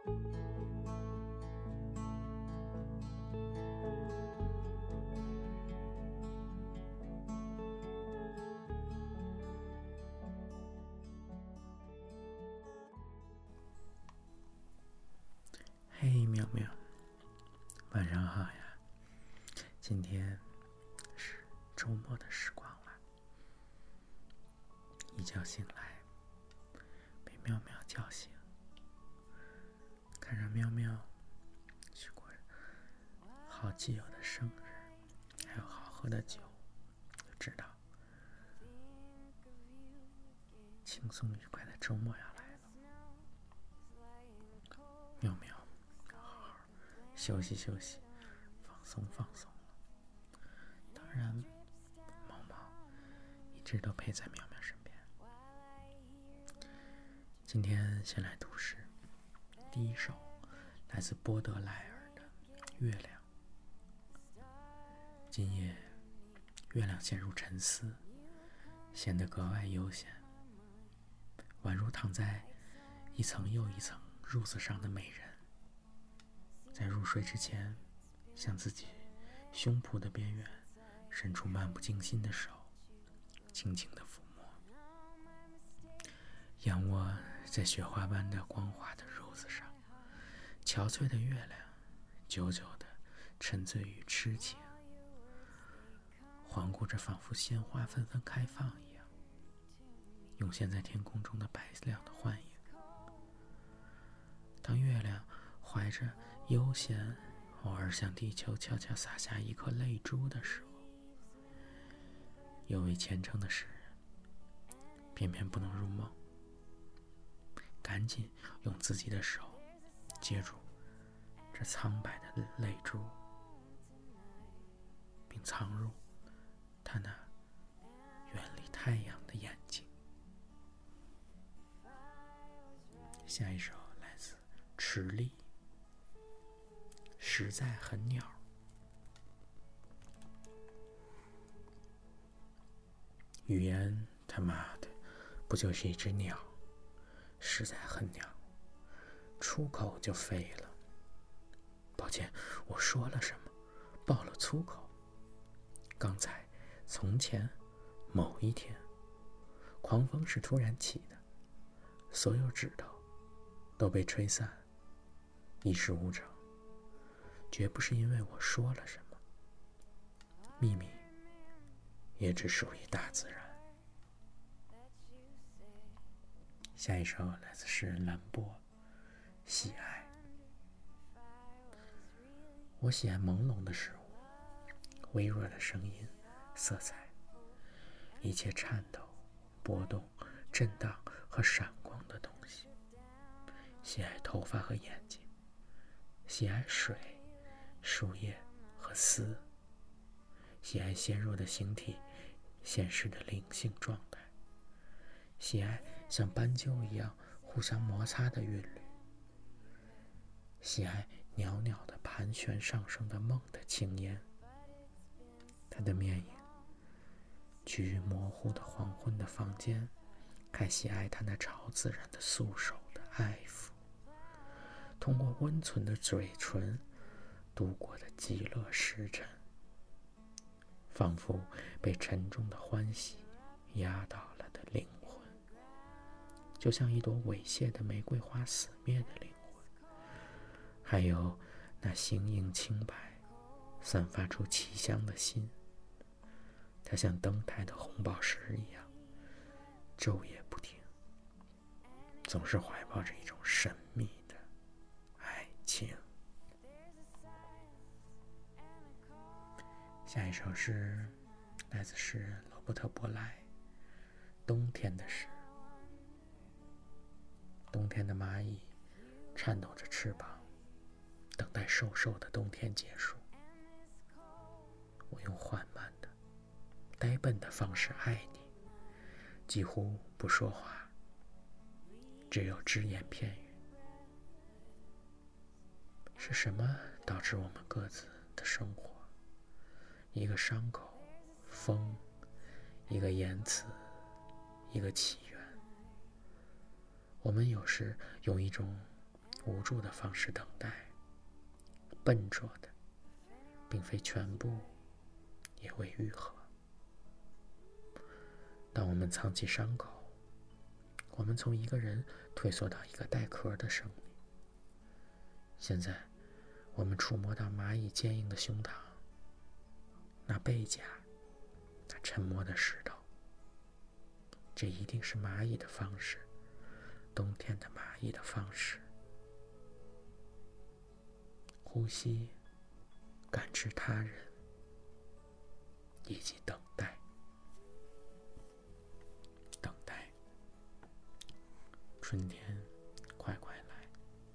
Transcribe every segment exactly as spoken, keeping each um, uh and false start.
嘿，妙妙，晚上好呀！今天是周末的时光了，一觉醒来，被妙妙叫醒，看着妙妙去过好基友的生日，还有好喝的酒，就知道轻松愉快的周末要来了。妙妙休息休息，放松放松了。当然，猫猫一直都陪在妙妙身边。今天先来读诗，第一首来自波德莱尔的《月亮》。今夜，月亮陷入沉思，显得格外悠闲，宛如躺在一层又一层褥子上的美人。在入睡之前，向自己胸脯的边缘伸出漫不经心的手，轻轻地抚摸，仰卧在雪花般的光滑的褥子上，憔悴的月亮久久地沉醉于痴情，环顾着仿佛鲜花纷纷开放一样，涌现在天空中的白亮的幻影。当月亮怀着悠闲偶尔向地球悄悄洒下一颗泪珠的时候，有位虔诚的诗人偏偏不能入梦，赶紧用自己的手接住这苍白的泪珠，并藏入他那远离太阳的眼睛。下一首来自池莉，实在很鸟。语言他妈的不就是一只鸟，实在很鸟，出口就飞了。抱歉，我说了什么？爆了粗口。刚才，从前，某一天，狂风是突然起的，所有指头都被吹散，一事无成。绝不是因为我说了什么，秘密也只属于大自然。下一首来自诗人兰波，喜爱。我喜爱朦胧的事物，微弱的声音，色彩，一切颤抖、波动、震荡和闪光的东西。喜爱头发和眼睛，喜爱水、树叶和丝，喜爱纤弱的形体显示的灵性状态，喜爱像斑鸠一样互相摩擦的韵律，喜爱袅袅的盘旋上升的梦的轻烟。他的面影居于模糊的黄昏的房间，还喜爱他那超自然的素手的爱抚，通过温存的嘴唇度过的极乐时辰，仿佛被沉重的欢喜压倒了的灵魂，就像一朵猥亵的玫瑰花死灭的灵魂，还有那形影清白散发出奇香的心。它像灯台的红宝石一样昼夜不停，总是怀抱着一种神秘的爱情。下一首是来自诗人罗伯特·波莱，冬天的诗。冬天的蚂蚁颤抖着翅膀，等待瘦瘦的冬天结束。我用缓慢的呆笨的方式爱你，几乎不说话，只有只言片语。是什么导致我们各自的生活？一个伤口，风，一个言辞，一个起源。我们有时用一种无助的方式等待，笨拙的，并非全部也未愈合。当我们藏起伤口，我们从一个人退缩到一个带壳的生命。现在，我们触摸到蚂蚁坚硬的胸膛，那背甲，那沉默的石头。这一定是蚂蚁的方式，冬天的蚂蚁的方式。呼吸，感知他人，以及等待。等待，春天快快来。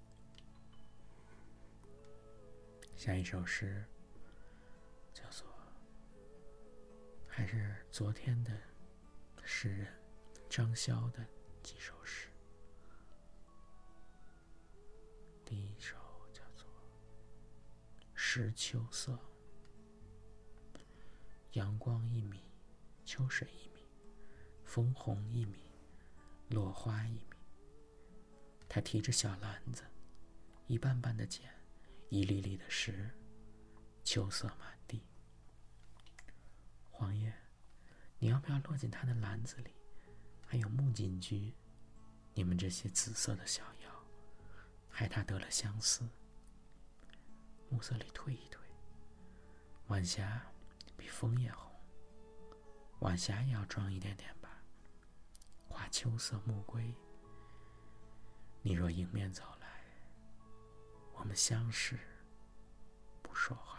下一首诗叫做，还是昨天的诗人张潇的几首诗。第一首叫做《时秋色》，阳光一米，秋水一米，枫红一米，落花一米。他提着小篮子，一瓣瓣的捡，一粒粒的拾，秋色满地。黄叶，你要不要落进他的篮子里？还有木槿菊，你们这些紫色的小妖，害他得了相思。暮色里退一退，晚霞比枫叶红，晚霞也要装一点点吧。画秋色暮归，你若迎面走来，我们相视不说话。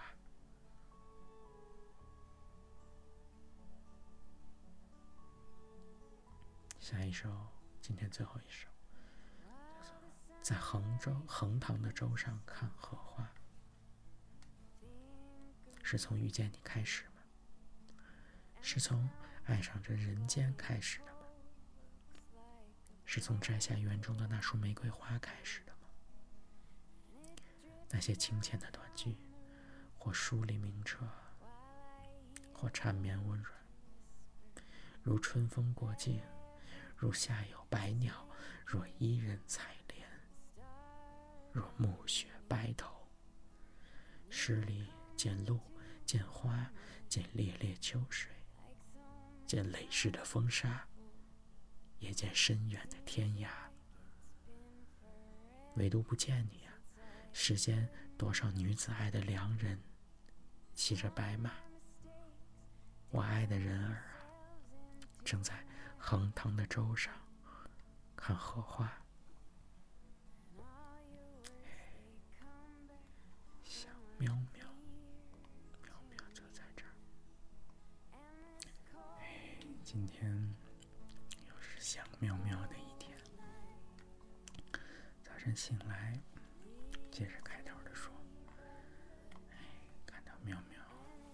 下一首，今天最后一首，叫做《在横州横塘的舟上看荷花》。是从遇见你开始吗？是从爱上这人间开始的吗？是从摘下园中的那束玫瑰花开始的吗？那些清浅的短句，或疏离明澈，或缠绵温软，如春风过境，如夏有百鸟，若伊人采莲，若暮雪白头。诗里见鹿，见花，见烈烈秋水，见累世的风沙，也见深远的天涯。唯独不见你啊，世间多少女子爱的良人，骑着白马。我爱的人儿啊，正在横塘的舟上看荷花。想喵喵，喵喵就在这儿。哎，今天又是想喵喵的一天。早晨醒来，接着开头的说，哎，看到喵喵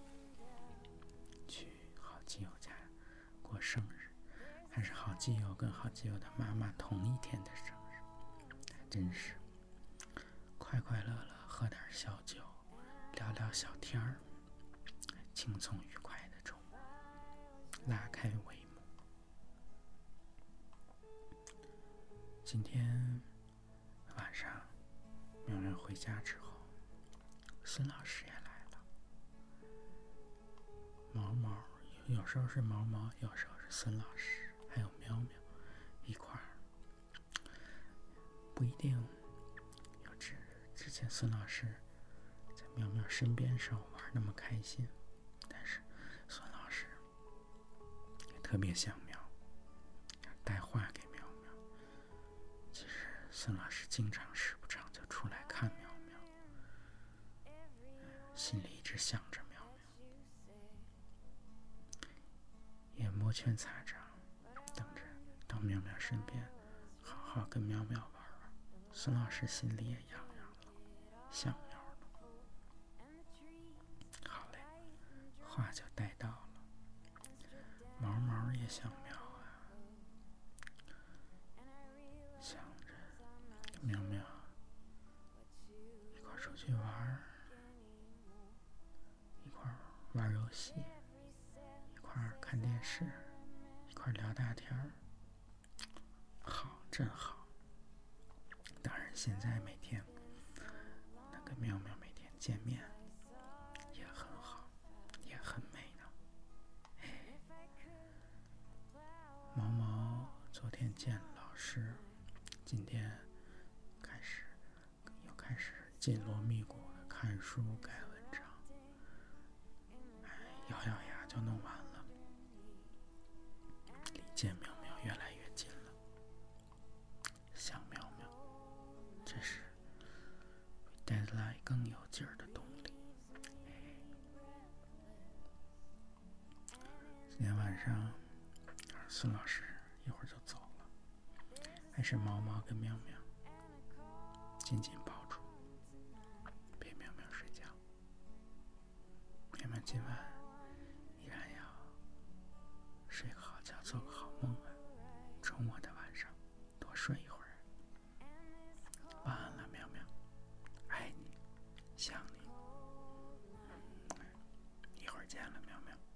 去好基友家过生日，还是好基友跟好基友的妈妈同一天的生日，真是快快乐乐喝点小酒，聊聊小天儿，轻松愉快的周末拉开帷幕。今天晚上喵喵回家之后，孙老师也来了。毛毛有时候是毛毛，有时候是孙老师，还有喵喵一块儿。不一定有之之前孙老师在喵喵身边时候玩那么开心，但是孙老师也特别想喵，带话给喵喵。其实孙老师经常时不常就出来看喵喵，心里一直想着喵喵，也摩拳擦掌，等着到喵喵身边好好跟喵喵玩玩。孙老师心里也痒痒了，想喵了。好嘞，话就带到了。毛毛也想喵啊，想着跟喵喵一块出去玩，一块玩游戏，一块看电视，一块聊大天儿，好，真好。当然现在每天能跟喵喵每天见面也很好，也很美呢。毛毛昨天见老师，今天开始又开始紧锣密鼓的看书改文章，哎，咬咬牙就弄完了，离见喵喵越来越近了。想喵喵，这是比 deadline 更有劲儿的动力。今天晚上孙老师一会儿就走了，还是毛毛跟喵喵紧紧抱住，陪喵喵睡觉。喵喵今晚依然要睡个好觉，做个好梦啊！周末的晚上多睡一会儿。晚安了，喵喵，爱你，想你，一会儿见了，喵喵。